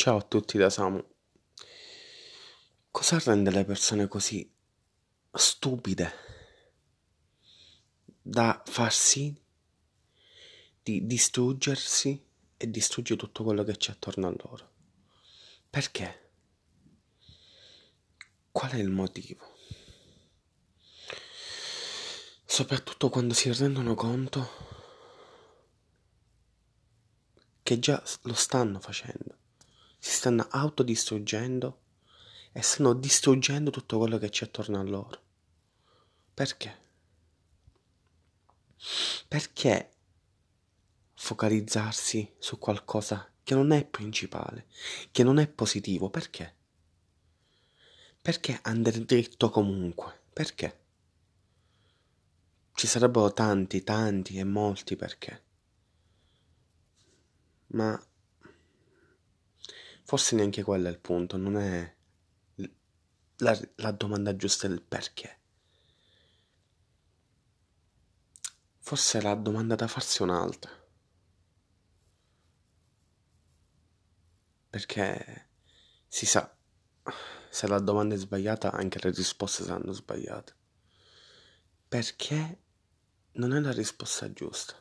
Ciao a tutti da Samu. Cosa rende le persone così stupide da far sì di distruggersi e distruggere tutto quello che c'è attorno a loro? Perché? Qual è il motivo? Soprattutto quando si rendono conto che già lo stanno facendo. Si stanno autodistruggendo e stanno distruggendo tutto quello che c'è attorno a loro. Perché? Perché focalizzarsi su qualcosa che non è principale, che non è positivo? Perché? Perché andare dritto comunque? Perché? Ci sarebbero tanti e molti perché. Ma forse neanche quello è il punto, non è la domanda giusta è il perché. Forse la domanda da farsi è un'altra. Perché si sa, se la domanda è sbagliata anche le risposte saranno sbagliate. Perché non è la risposta giusta.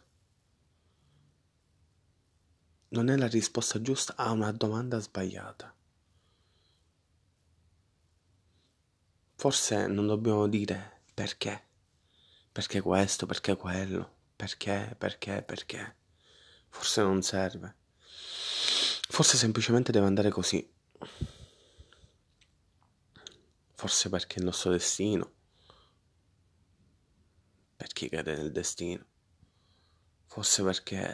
Non è la risposta giusta a una domanda sbagliata. Forse non dobbiamo dire perché. Perché questo, perché quello. Perché. Forse non serve. Forse semplicemente deve andare così. Forse perché è il nostro destino. Per chi crede nel destino. Forse perché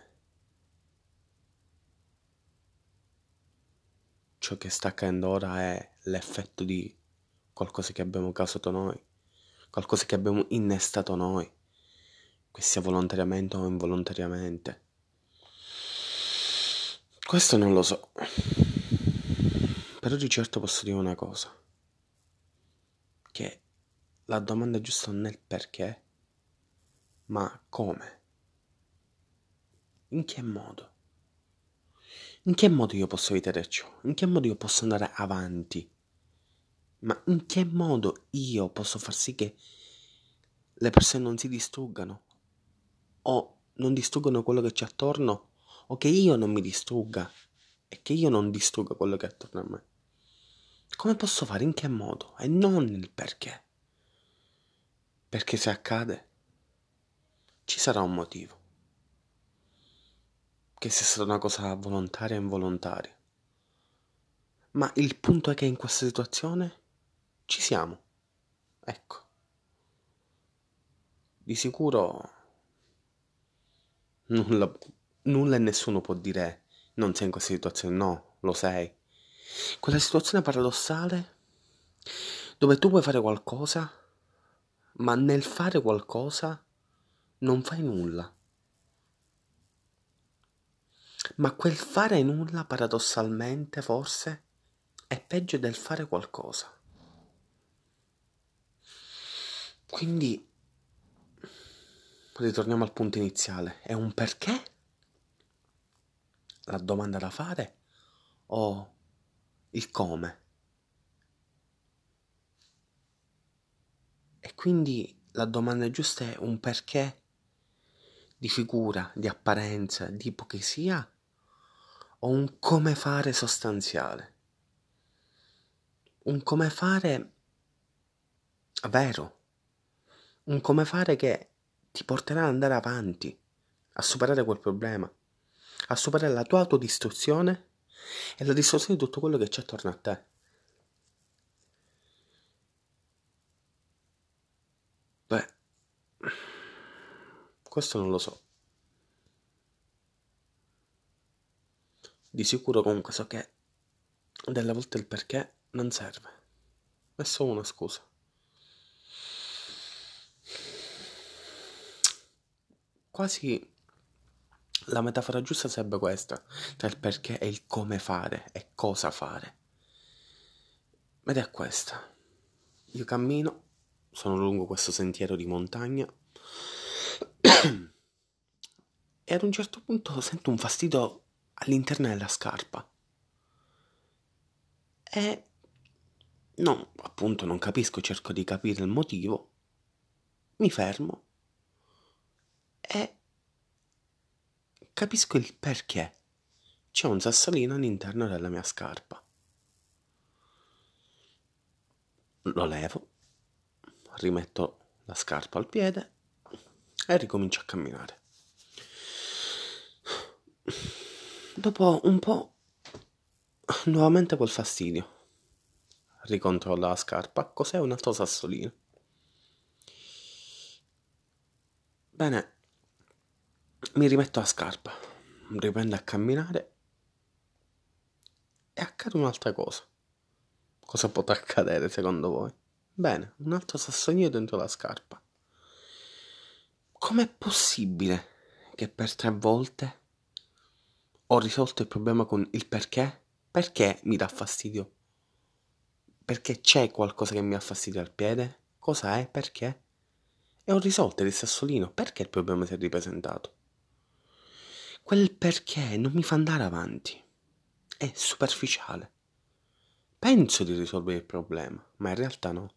ciò che sta accadendo ora è l'effetto di qualcosa che abbiamo causato noi, qualcosa che abbiamo innestato noi, che sia volontariamente o involontariamente. Questo non lo so, però di certo posso dire una cosa, che la domanda giusta non è il perché, ma come, in che modo. In che modo io posso evitare ciò? In che modo io posso andare avanti? Ma in che modo io posso far sì che le persone non si distruggano? O non distruggano quello che c'è attorno? O che io non mi distrugga? E che io non distrugga quello che è attorno a me? Come posso fare? In che modo? E non il perché. Perché se accade, ci sarà un motivo. Che sia stata una cosa volontaria o involontaria. Ma il punto è che in questa situazione ci siamo. Ecco. Di sicuro nulla, nulla e nessuno può dire non sei in questa situazione. No, lo sei. Quella situazione paradossale dove tu puoi fare qualcosa, ma nel fare qualcosa non fai nulla. Ma quel fare nulla, paradossalmente, forse, è peggio del fare qualcosa. Quindi, ritorniamo al punto iniziale. È un perché? La domanda da fare? O il come? E quindi la domanda giusta è un perché di figura, di apparenza, di ipocrisia? O un come fare sostanziale? Un come fare vero? Un come fare che ti porterà ad andare avanti, a superare quel problema, a superare la tua autodistruzione e la distruzione di tutto quello che c'è attorno a te. Beh, questo non lo so. Di sicuro comunque so che delle volte il perché non serve. È solo una scusa. Quasi la metafora giusta sarebbe questa, tra il perché e il come fare e cosa fare. Ed è questa. Io cammino, sono lungo questo sentiero di montagna e ad un certo punto sento un fastidio all'interno della scarpa. E no, appunto non capisco, cerco di capire il motivo, mi fermo e capisco il perché. C'è un sassolino all'interno della mia scarpa. Lo levo, rimetto la scarpa al piede e ricomincio a camminare. Dopo un po', nuovamente quel fastidio. Ricontrollo la scarpa. Cos'è? Un altro sassolino. Bene, mi rimetto la scarpa, riprendo a camminare e accade un'altra cosa. Cosa potrà accadere secondo voi? Bene, un altro sassolino dentro la scarpa. Com'è possibile che per 3 volte ho risolto il problema con il perché? Perché mi dà fastidio? Perché c'è qualcosa che mi dà fastidio al piede? Cosa è? Perché? E ho risolto il sassolino. Perché il problema si è ripresentato? Quel perché non mi fa andare avanti. È superficiale. Penso di risolvere il problema, ma in realtà no.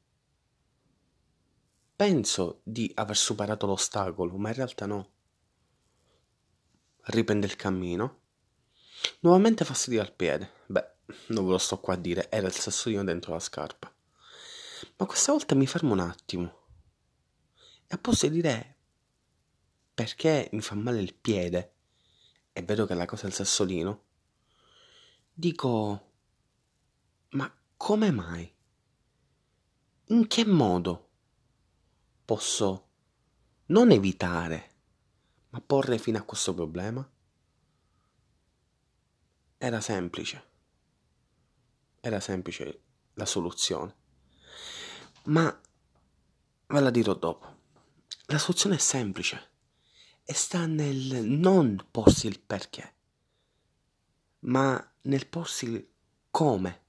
Penso di aver superato l'ostacolo, ma in realtà no. Riprende il cammino. Nuovamente fastidio al piede. Beh, non ve lo sto qua a dire, era il sassolino dentro la scarpa. Ma questa volta mi fermo un attimo. E a posto di dire perché mi fa male il piede e vedo che la cosa è il sassolino, dico, ma come mai? In che modo posso non evitare, ma porre fine a questo problema? Era semplice la soluzione, ma ve la dirò dopo. La soluzione è semplice e sta nel non porsi il perché, ma nel porsi il come.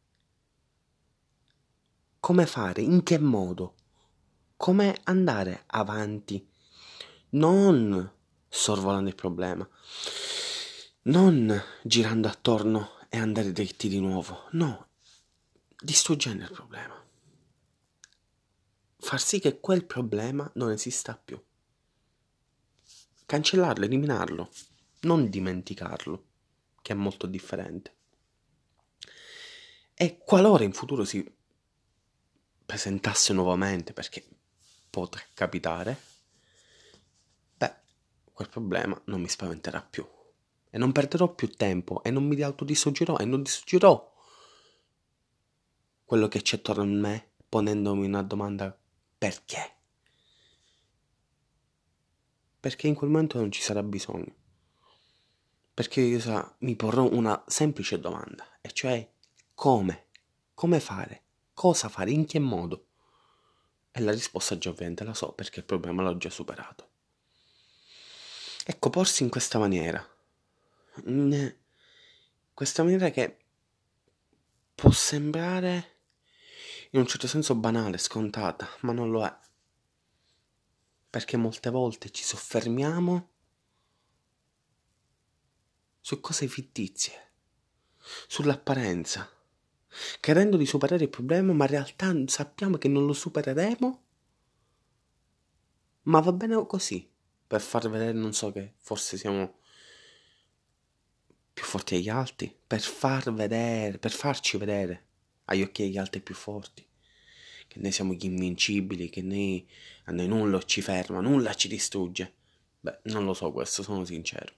Come fare, in che modo, come andare avanti, non sorvolando il problema, non girando attorno e andare dritti di nuovo, no, distruggendo il problema. Far sì che quel problema non esista più. Cancellarlo, eliminarlo, non dimenticarlo, che è molto differente. E qualora in futuro si presentasse nuovamente, perché potrà capitare, beh, quel problema non mi spaventerà più. E non perderò più tempo e non mi autodistruggerò e non distruggerò quello che c'è attorno a me ponendomi una domanda perché? Perché in quel momento non ci sarà bisogno. Perché io mi porrò una semplice domanda, e cioè come? Come fare? Cosa fare? In che modo? E la risposta già ovviamente la so perché il problema l'ho già superato. Ecco, porsi in questa maniera che può sembrare in un certo senso banale, scontata, ma non lo è. Perché molte volte ci soffermiamo su cose fittizie, sull'apparenza, credendo di superare il problema, ma in realtà sappiamo che non lo supereremo, ma va bene così, per far vedere, non so, che forse siamo più forti degli altri, per farci vedere agli occhi degli altri più forti, che noi siamo gli invincibili, che a noi nulla ci ferma, nulla ci distrugge. Beh, non lo so questo, sono sincero.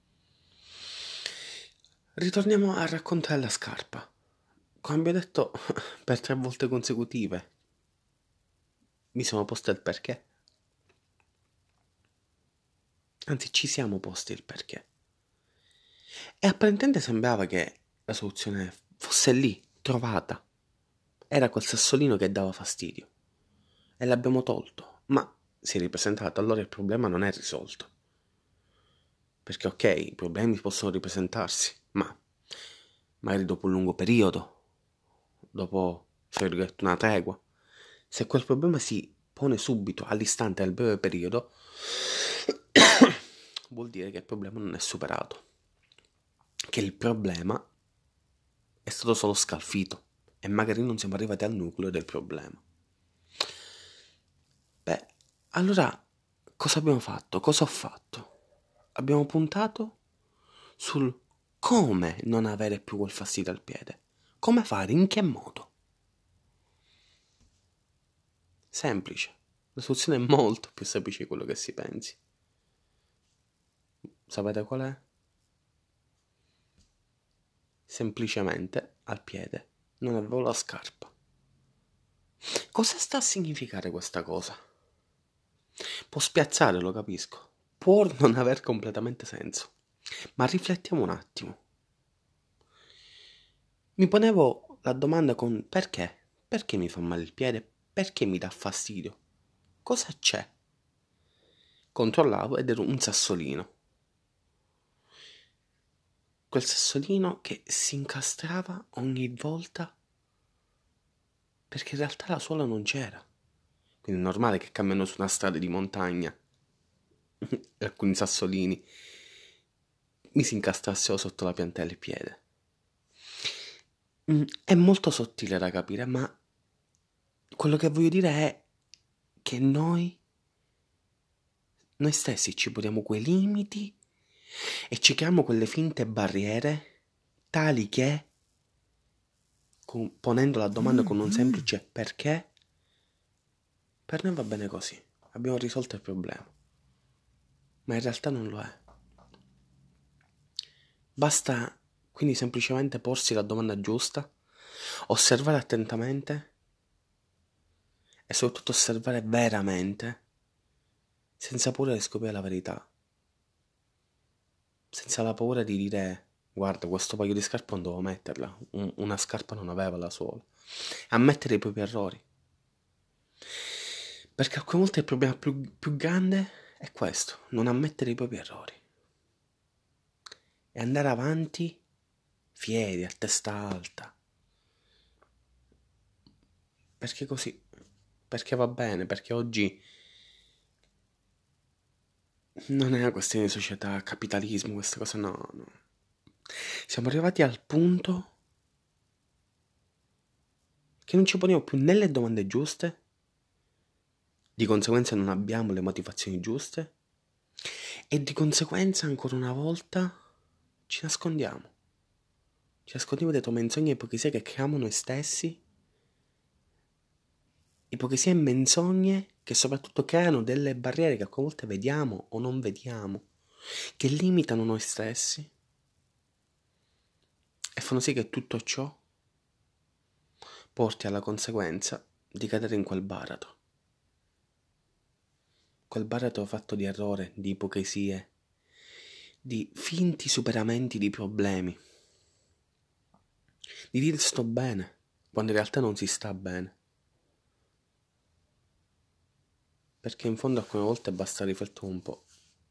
Ritorniamo a raccontare la scarpa. Come abbiamo detto, per 3 volte consecutive mi sono posto il perché. Anzi, ci siamo posti il perché. E apparentemente sembrava che la soluzione fosse lì, trovata. Era quel sassolino che dava fastidio. E l'abbiamo tolto. Ma si è ripresentato, allora il problema non è risolto. Perché ok, i problemi possono ripresentarsi, ma magari dopo un lungo periodo, dopo, tra virgolette, una tregua, se quel problema si pone subito, all'istante, nel breve periodo, vuol dire che il problema non è superato, che il problema è stato solo scalfito, e magari non siamo arrivati al nucleo del problema. Beh, allora cosa abbiamo fatto? Cosa ho fatto? Abbiamo puntato sul come non avere più quel fastidio al piede. Come fare? In che modo? Semplice. La soluzione è molto più semplice di quello che si pensi. Sapete qual è? Semplicemente al piede non avevo la scarpa. Cosa sta a significare questa cosa? Può spiazzare, lo capisco. Può non aver completamente senso. Ma riflettiamo un attimo. Mi ponevo la domanda con perché? Perché mi fa male il piede? Perché mi dà fastidio? Cosa c'è? Controllavo ed era un sassolino. Quel sassolino che si incastrava ogni volta perché in realtà la suola non c'era. Quindi è normale che camminano su una strada di montagna alcuni sassolini mi si incastrassero sotto la pianta del piede. È molto sottile da capire, ma quello che voglio dire è che noi stessi ci poniamo quei limiti e ci creiamo quelle finte barriere tali che, ponendo la domanda con un semplice perché, per noi va bene così, abbiamo risolto il problema. Ma in realtà non lo è. Basta quindi semplicemente porsi la domanda giusta, osservare attentamente e soprattutto osservare veramente, senza paura di scoprire la verità, senza la paura di dire guarda, questo paio di scarpe non dovevo metterla, una scarpa non aveva la suola, ammettere i propri errori. Perché alcune volte il problema più grande è questo, non ammettere i propri errori e andare avanti fieri, a testa alta. Perché così? Perché va bene, perché oggi non è una questione di società, capitalismo, queste cose no. Siamo arrivati al punto che non ci poniamo più né le domande giuste, di conseguenza non abbiamo le motivazioni giuste e di conseguenza ancora una volta ci nascondiamo. Ci nascondiamo dietro menzogne e ipocrisie che creiamo noi stessi, ipocrisie e menzogne che soprattutto creano delle barriere che a volte vediamo o non vediamo, che limitano noi stessi e fanno sì che tutto ciò porti alla conseguenza di cadere in quel baratro fatto di errore, di ipocrisie, di finti superamenti di problemi, di dire sto bene, quando in realtà non si sta bene. Perché in fondo alcune volte basta riflettere un po'.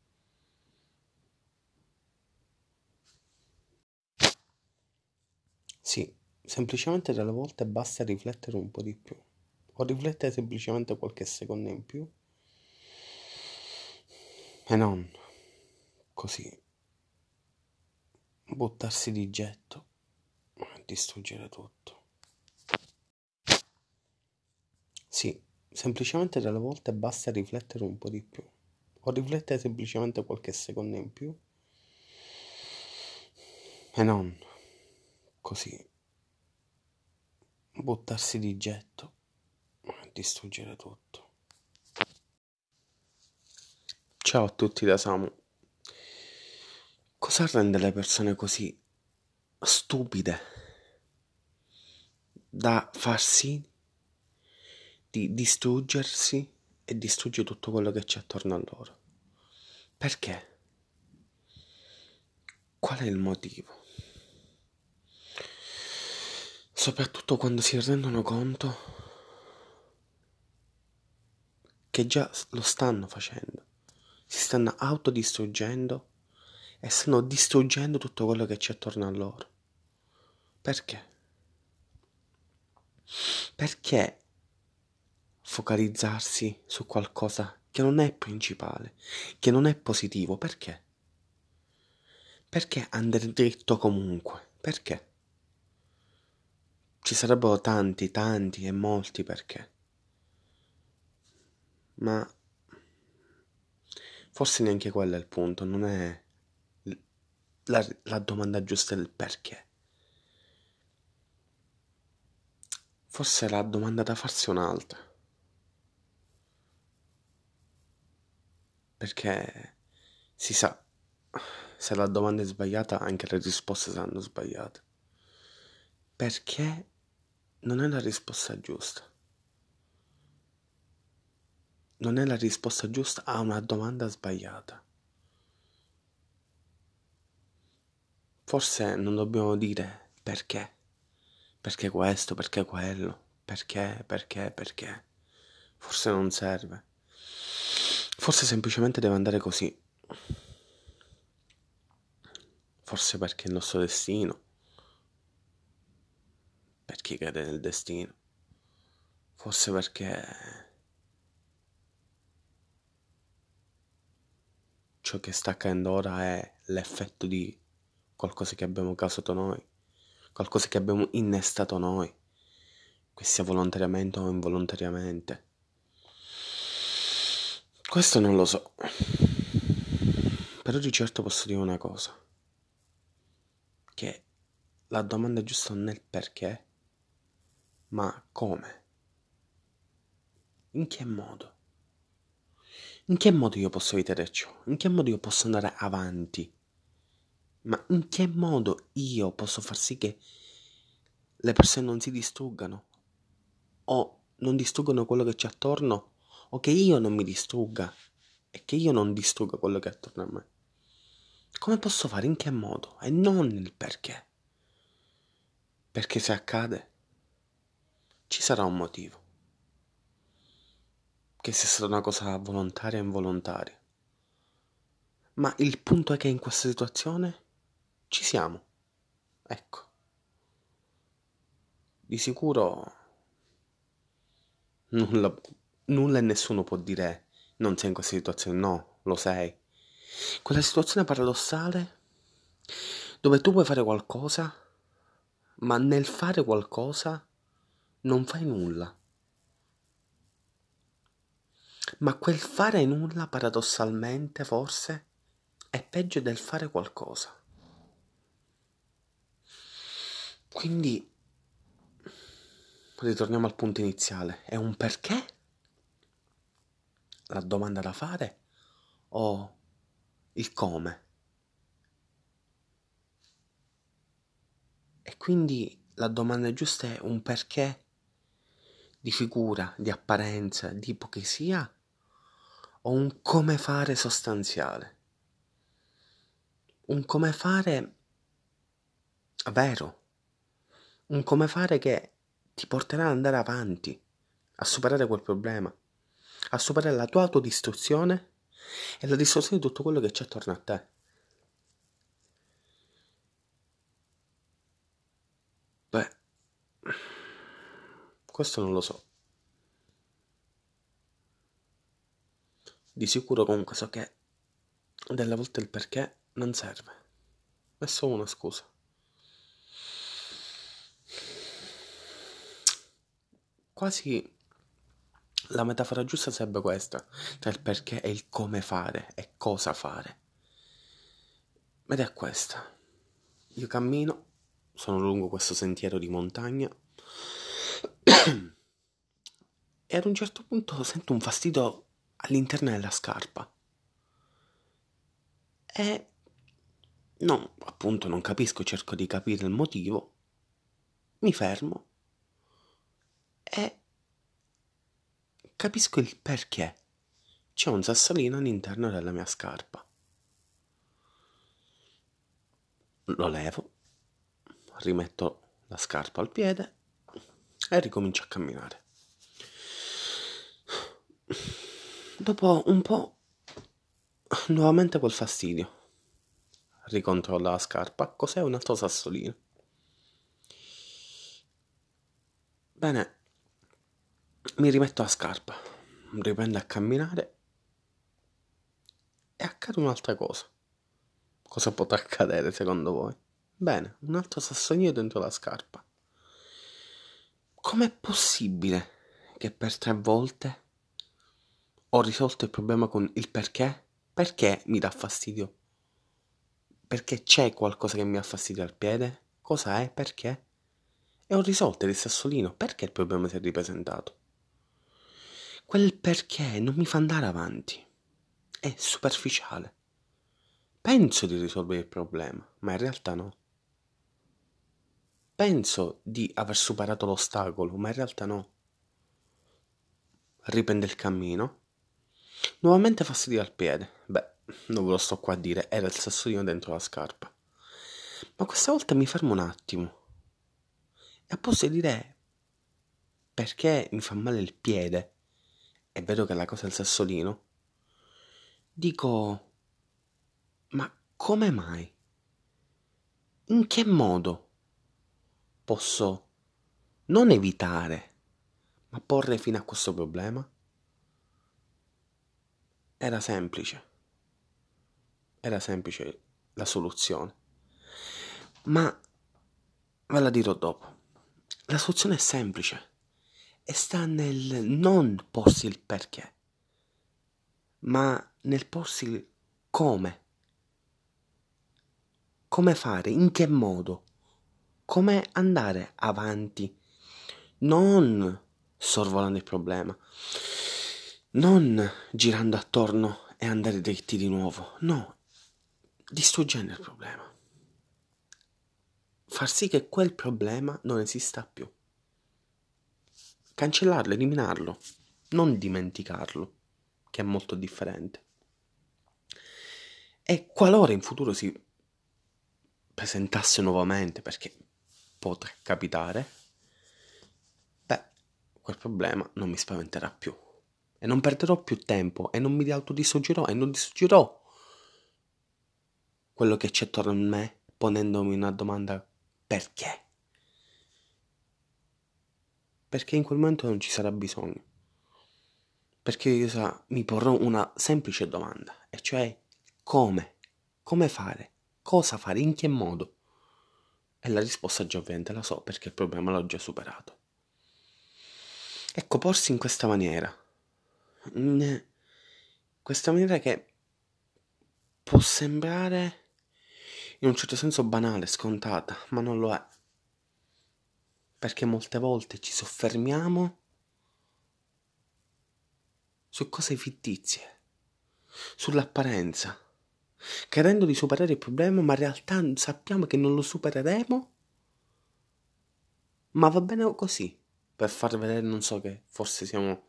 Sì, semplicemente delle volte basta riflettere un po' di più. O riflettere semplicemente qualche secondo in più. E non così buttarsi di getto e distruggere tutto. Sì, semplicemente delle volte basta riflettere un po' di più. O riflettere semplicemente qualche secondo in più. E non così buttarsi di getto e distruggere tutto. Ciao a tutti da Samu. Cosa rende le persone così stupide da far sì di distruggersi e distruggere tutto quello che c'è attorno a loro? Perché? Qual è il motivo? Soprattutto quando si rendono conto che già lo stanno facendo, si stanno autodistruggendo e stanno distruggendo tutto quello che c'è attorno a loro. Perché? Perché focalizzarsi su qualcosa che non è principale, che non è positivo? Perché? Perché andare dritto comunque? Perché? ci sarebbero tanti, tanti e molti perché. Ma forse neanche quello è il punto, non è la domanda giusta del perché. Forse la domanda da farsi è un'altra. Perché si sa, se la domanda è sbagliata, anche le risposte saranno sbagliate. Perché non è la risposta giusta. Non è la risposta giusta a una domanda sbagliata. Forse non dobbiamo dire perché. Perché questo, perché quello. Perché. Forse non serve. Forse semplicemente deve andare così. Forse perché è il nostro destino. Per chi crede nel destino. Forse perché ciò che sta accadendo ora è l'effetto di qualcosa che abbiamo causato noi, qualcosa che abbiamo innestato noi, che sia volontariamente o involontariamente. Questo non lo so. Però di certo posso dire una cosa, che la domanda giusta non è il perché, ma come. In che modo? In che modo io posso evitare ciò? In che modo io posso andare avanti? Ma in che modo io posso far sì che le persone non si distruggano? O non distruggano quello che c'è attorno? O che io non mi distrugga? E che io non distrugga quello che è attorno a me? Come posso fare? In che modo? E non il perché. Perché se accade, ci sarà un motivo. Che sia stata una cosa volontaria o involontaria. Ma il punto è che in questa situazione ci siamo. Ecco. Di sicuro nulla, nulla e nessuno può dire non sei in questa situazione. No, lo sei. Quella situazione paradossale dove tu puoi fare qualcosa, ma nel fare qualcosa non fai nulla. Ma quel fare nulla, paradossalmente, forse, è peggio del fare qualcosa. Quindi, ritorniamo al punto iniziale. È un perché? La domanda da fare? O il come? E quindi la domanda giusta è un perché di figura, di apparenza, di ipocrisia? O un come fare sostanziale? Un come fare vero? Un come fare che ti porterà ad andare avanti, a superare quel problema, a superare la tua autodistruzione e la distruzione di tutto quello che c'è attorno a te. Beh, questo non lo so. Di sicuro comunque so che delle volte il perché non serve. È solo una scusa. Quasi la metafora giusta sarebbe questa, tra il perché e il come fare e cosa fare. Ed è questa. Io cammino, sono lungo questo sentiero di montagna e ad un certo punto sento un fastidio all'interno della scarpa. E no, appunto non capisco, cerco di capire il motivo, mi fermo e capisco il perché. C'è un sassolino all'interno della mia scarpa. Lo levo, rimetto la scarpa al piede e ricomincio a camminare. Dopo un po', nuovamente quel fastidio. Ricontrollo la scarpa, cos'è un altro sassolino? Bene, mi rimetto la scarpa, riprendo a camminare e accade un'altra cosa. Cosa potrà accadere secondo voi? Bene, un altro sassolino dentro la scarpa. com'è possibile che per 3 volte ho risolto il problema con il perché? Perché mi dà fastidio? Perché c'è qualcosa che mi dà fastidio al piede? Cosa è? Perché? E ho risolto il sassolino. Perché il problema si è ripresentato? Quel perché non mi fa andare avanti. È superficiale. Penso di risolvere il problema, ma in realtà no. Penso di aver superato l'ostacolo, ma in realtà no. Riprende il cammino. Nuovamente fastidio al piede. Beh, non ve lo sto qua a dire, era il sassolino dentro la scarpa. Ma questa volta mi fermo un attimo. E a posto di dire perché mi fa male il piede, e vedo che la cosa è il sassolino, dico, ma come mai? In che modo posso non evitare, ma porre fine a questo problema? Era semplice la soluzione. Ma ve la dirò dopo. La soluzione è semplice e sta nel non porsi il perché, ma nel porsi il come. Come fare, in che modo, come andare avanti, non sorvolando il problema, non girando attorno e andare dritti di nuovo, no, distruggendo il problema. Far sì che quel problema non esista più. Cancellarlo, eliminarlo, non dimenticarlo, che è molto differente. E qualora in futuro si presentasse nuovamente, perché potrà capitare, beh, quel problema non mi spaventerà più. E non perderò più tempo e non mi autodistruggerò e non distruggerò quello che c'è attorno a me ponendomi una domanda: perché? Perché in quel momento non ci sarà bisogno. Perché io mi porrò una semplice domanda, e cioè come? Come fare? Cosa fare? In che modo? E la risposta già ovviamente la so, perché il problema l'ho già superato. Ecco, porsi in questa maniera che può sembrare in un certo senso banale, scontata, ma non lo è. Perché molte volte ci soffermiamo su cose fittizie, sull'apparenza, credendo di superare il problema, ma in realtà sappiamo che non lo supereremo, ma va bene così, per far vedere, non so, che forse siamo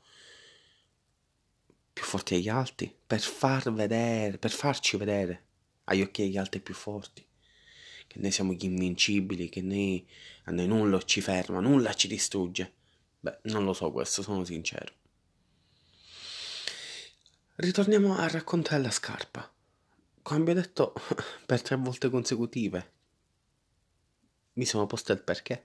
più forti agli altri, per farci vedere agli occhi degli altri più forti, che noi siamo gli invincibili, che a noi nulla ci ferma, nulla ci distrugge. Beh, non lo so questo, sono sincero. Ritorniamo al racconto della scarpa. Come abbiamo detto, per 3 volte consecutive mi sono posto il perché.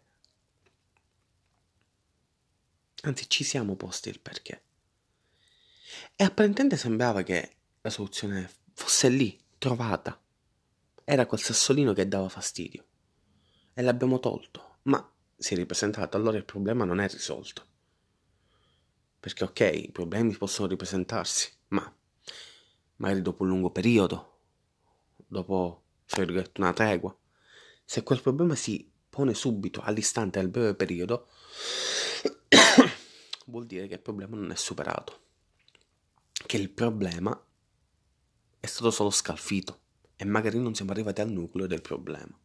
Anzi, ci siamo posti il perché. E apparentemente sembrava che la soluzione fosse lì, trovata. Era quel sassolino che dava fastidio. E l'abbiamo tolto. Ma si è ripresentato, allora il problema non è risolto. Perché ok, i problemi possono ripresentarsi, ma magari dopo un lungo periodo, dopo, tra virgolette, una tregua. Se quel problema si pone subito, all'istante, nel breve periodo, vuol dire che il problema non è superato. Che il problema è stato solo scalfito e magari non siamo arrivati al nucleo del problema.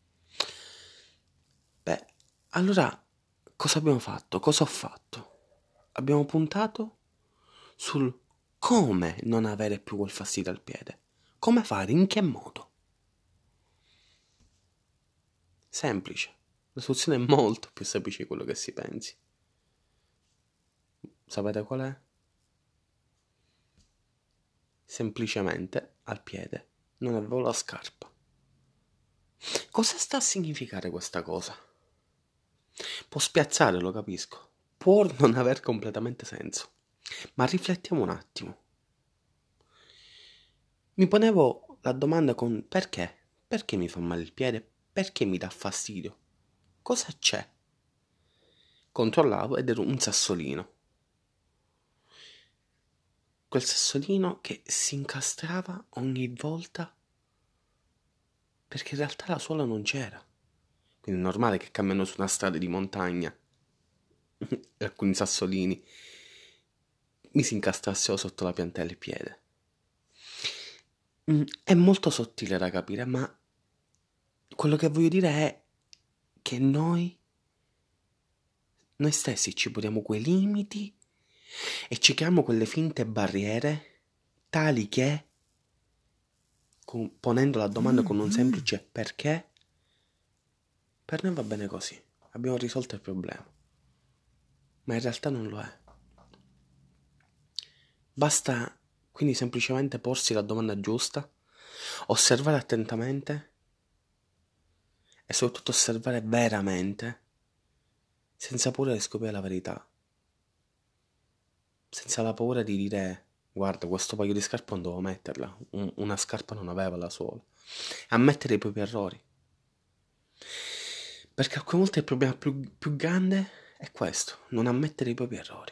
Beh, allora cosa abbiamo fatto? Cosa ho fatto? Abbiamo puntato sul come non avere più quel fastidio al piede. Come fare? In che modo? Semplice. La soluzione è molto più semplice di quello che si pensi. Sapete qual è? Semplicemente al piede non avevo la scarpa. Cosa sta a significare questa cosa? Può spiazzare, lo capisco. Può non aver completamente senso. Ma riflettiamo un attimo. Mi ponevo la domanda con perché? Perché mi fa male il piede? Perché mi dà fastidio? Cosa c'è? controllavo ed ero un sassolino. Quel sassolino che si incastrava ogni volta perché in realtà la suola non c'era. Quindi è normale che camminano su una strada di montagna alcuni sassolini mi si incastrassero sotto la pianta del piede. È molto sottile da capire, ma quello che voglio dire è che noi stessi ci poniamo quei limiti e ci creiamo quelle finte barriere tali che, ponendo la domanda con un semplice perché, per noi va bene così, abbiamo risolto il problema. Ma in realtà non lo è. Basta quindi semplicemente porsi la domanda giusta, osservare attentamente e soprattutto osservare veramente, senza paura di scoprire la verità, senza la paura di dire guarda, questo paio di scarpe non dovevo metterla, una scarpa non aveva la suola, ammettere i propri errori, perché alcune volte il problema più grande è questo, non ammettere i propri errori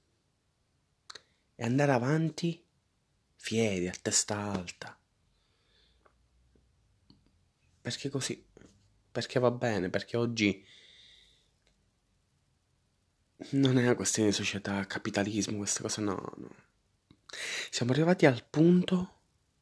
e andare avanti fieri, a testa alta, perché così, perché va bene, perché oggi non è una questione di società, capitalismo, queste cose no. Siamo arrivati al punto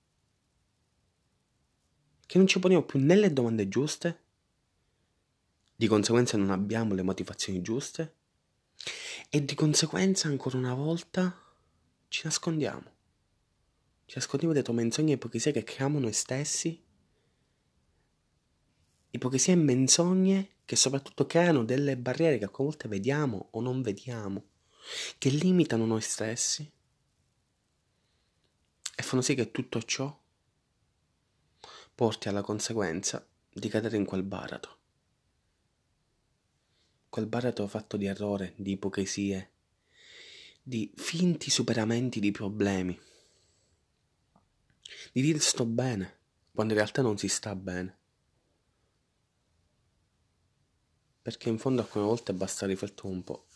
che non ci poniamo più né le domande giuste, di conseguenza non abbiamo le motivazioni giuste e di conseguenza ancora una volta ci nascondiamo. Ci nascondiamo dietro menzogne e ipocrisie che creiamo noi stessi, ipocrisie e menzogne che soprattutto creano delle barriere che a volte vediamo o non vediamo, che limitano noi stessi e fanno sì che tutto ciò porti alla conseguenza di cadere in quel baratro fatto di errore, di ipocrisie, di finti superamenti di problemi, di dire sto bene, quando in realtà non si sta bene. Perché in fondo alcune volte basta riflettere un po'.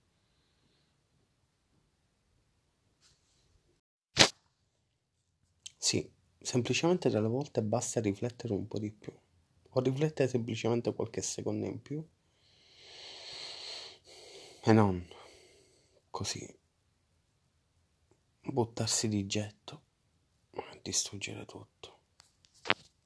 Sì, semplicemente delle volte basta riflettere un po' di più. O riflettere semplicemente qualche secondo in più. E non così buttarsi di getto e distruggere tutto.